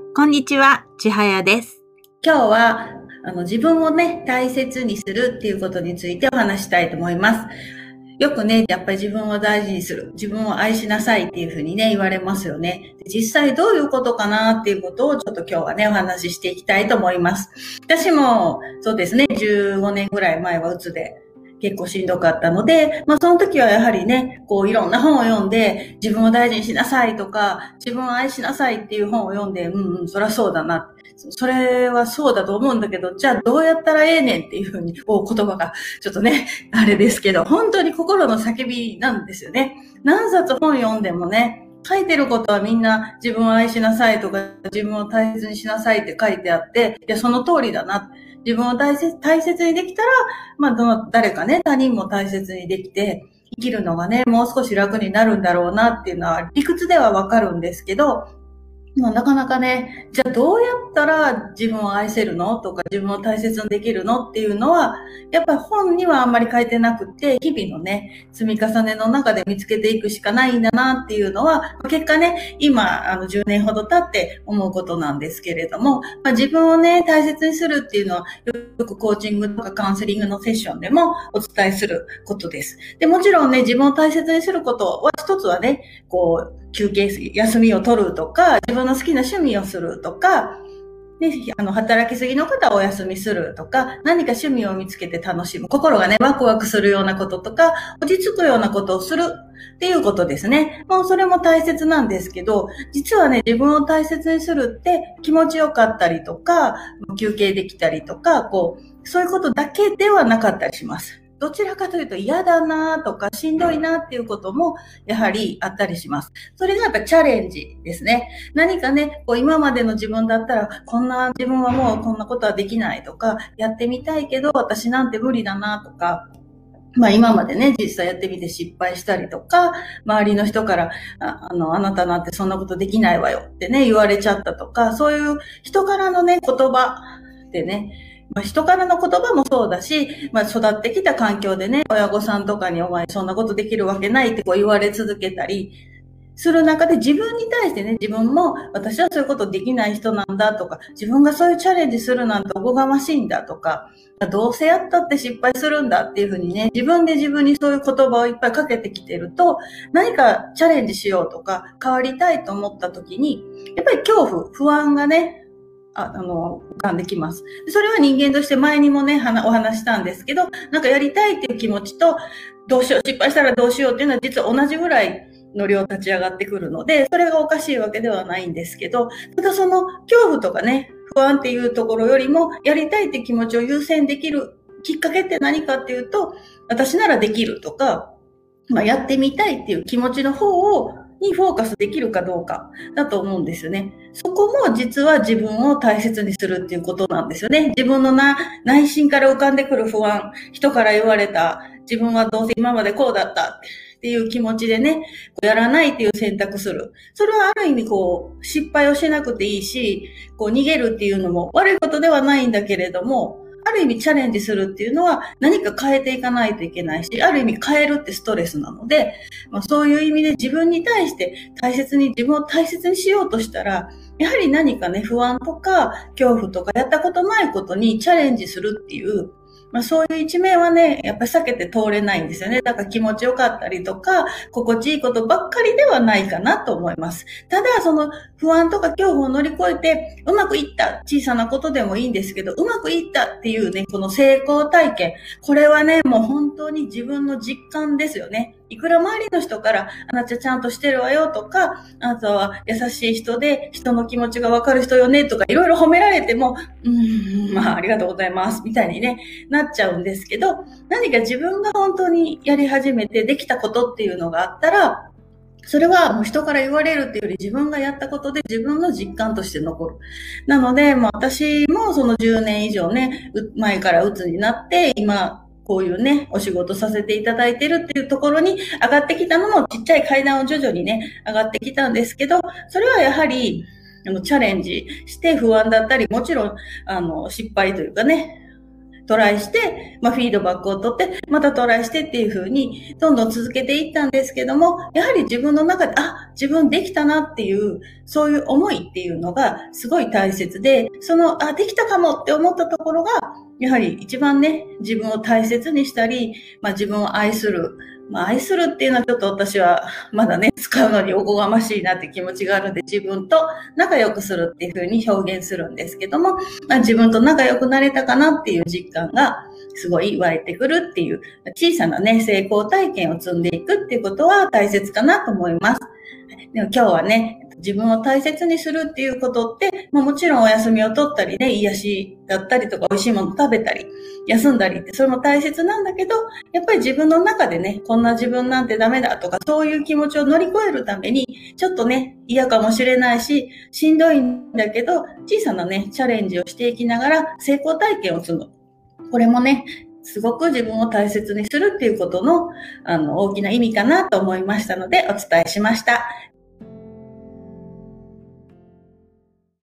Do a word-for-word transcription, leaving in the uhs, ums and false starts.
こんにちは、ちはやです。 今日はあの自分をね、大切にするっていうことについてお話したいと思います。よくね、やっぱり自分を大事にする、自分を愛しなさいっていうふうにね、言われますよね。実際どういうことかなっていうことをちょっと今日はね、お話ししていきたいと思います。私もそうですね、じゅうごねんぐらい前はうつで結構しんどかったので、まあその時はやはりね、こういろんな本を読んで、自分を大事にしなさいとか、自分を愛しなさいっていう本を読んで、うんうん、そりゃそうだな。それはそうだと思うんだけど、じゃあどうやったらええねんっていうふうに、お言葉がちょっとね、あれですけど、本当に心の叫びなんですよね。何冊本読んでもね、書いてることはみんな自分を愛しなさいとか、自分を大切にしなさいって書いてあって、いや、その通りだな。自分を大切、大切にできたら、まあ、どの、誰かね、他人も大切にできて、生きるのがね、もう少し楽になるんだろうなっていうのは、理屈ではわかるんですけど、まあ、なかなかね、じゃあどうやったら自分を愛せるのとか自分を大切にできるのっていうのは、やっぱり本にはあんまり書いてなくて、日々のね、積み重ねの中で見つけていくしかないんだなっていうのは、結果ね、今、あの、じゅうねんほど経って思うことなんですけれども、まあ、自分をね、大切にするっていうのは、よくコーチングとかカウンセリングのセッションでもお伝えすることです。で、もちろんね、自分を大切にすることは一つはね、こう、休憩、休みを取るとか、自分の好きな趣味をするとか、ね、あの、働きすぎの方はお休みするとか、何か趣味を見つけて楽しむ。心がね、ワクワクするようなこととか、落ち着くようなことをするっていうことですね。もうそれも大切なんですけど、実はね、自分を大切にするって気持ちよかったりとか、休憩できたりとか、こう、そういうことだけではなかったりします。どちらかというと嫌だなとかしんどいなっていうこともやはりあったりします。それがやっぱチャレンジですね。何かね、こう今までの自分だったらこんな自分はもうこんなことはできないとか、やってみたいけど私なんて無理だなとか、まあ今までね、実際やってみて失敗したりとか、周りの人から、あ、あの、あなたなんてそんなことできないわよってね、言われちゃったとか、そういう人からのね、言葉でね、まあ、人からの言葉もそうだし、まあ、育ってきた環境でね、親御さんとかにお前そんなことできるわけないってこう言われ続けたりする中で、自分に対してね、自分も私はそういうことできない人なんだとか、自分がそういうチャレンジするなんておこがましいんだとか、どうせやったって失敗するんだっていうふうにね、自分で自分にそういう言葉をいっぱいかけてきてると、何かチャレンジしようとか変わりたいと思った時に、やっぱり恐怖、不安がね、あ, あの、浮かんできます。それは人間として前にもね、お話したんですけど、なんかやりたいっていう気持ちと、どうしよう、失敗したらどうしようっていうのは実は同じぐらいの量立ち上がってくるので、それがおかしいわけではないんですけど、ただその恐怖とかね、不安っていうところよりも、やりたいっていう気持ちを優先できるきっかけって何かっていうと、私ならできるとか、まあ、やってみたいっていう気持ちの方をにフォーカスできるかどうかだと思うんですよね。そこも実は自分を大切にするっていうことなんですよね。自分のな内心から浮かんでくる不安、人から言われた、自分はどうせ今までこうだったっていう気持ちでね、やらないっていう選択する。それはある意味こう、失敗をしなくていいし、こう逃げるっていうのも悪いことではないんだけれども、ある意味チャレンジするっていうのは何か変えていかないといけないし、ある意味変えるってストレスなので、まあ、そういう意味で自分に対して大切に、自分を大切にしようとしたら、やはり何かね、不安とか恐怖とかやったことないことにチャレンジするっていう、まあそういう一面はね、やっぱり避けて通れないんですよね。だから気持ちよかったりとか、心地いいことばっかりではないかなと思います。ただ、その不安とか恐怖を乗り越えて、うまくいった小さなことでもいいんですけど、うまくいったっていうね、この成功体験。これはね、もう本当に自分の実感ですよね。いくら周りの人から、あなたちゃんとしてるわよとか、あなたは優しい人で、人の気持ちがわかる人よねとか、いろいろ褒められても、うーん、まあ、ありがとうございます、みたいにね、なっちゃうんですけど、何か自分が本当にやり始めてできたことっていうのがあったら、それはもう人から言われるっていうより自分がやったことで自分の実感として残る。なので、まあ私もそのじゅうねん以上ね、前から鬱になって、今、こういうね、お仕事させていただいてるっていうところに上がってきたのもちっちゃい階段を徐々にね、上がってきたんですけど、それはやはり、あの、チャレンジして不安だったり、もちろん、あの、失敗というかね、 トライして、まあ、フィードバックを取って、またトライしてっていう風に、どんどん続けていったんですけども、やはり自分の中で、あ、自分できたなっていう、そういう思いっていうのがすごい大切で、その、あ、できたかもって思ったところが、やはり一番ね、自分を大切にしたり、まあ、自分を愛する、まあ、愛するっていうのはちょっと私はまだね、使うのにおこがましいなって気持ちがあるんで、自分と仲良くするっていう風に表現するんですけども、まあ、自分と仲良くなれたかなっていう実感がすごい湧いてくるっていう、小さなね、成功体験を積んでいくっていうことは大切かなと思います。でも今日はね、自分を大切にするっていうことって、まあ、もちろんお休みを取ったりね、癒しだったりとか美味しいもの食べたり、休んだりってそれも大切なんだけど、やっぱり自分の中でね、こんな自分なんてダメだとか、そういう気持ちを乗り越えるために、ちょっとね、嫌かもしれないし、しんどいんだけど、小さなね、チャレンジをしていきながら成功体験を積む。これもね、すごく自分を大切にするっていうことの、あの、大きな意味かなと思いましたので、お伝えしました。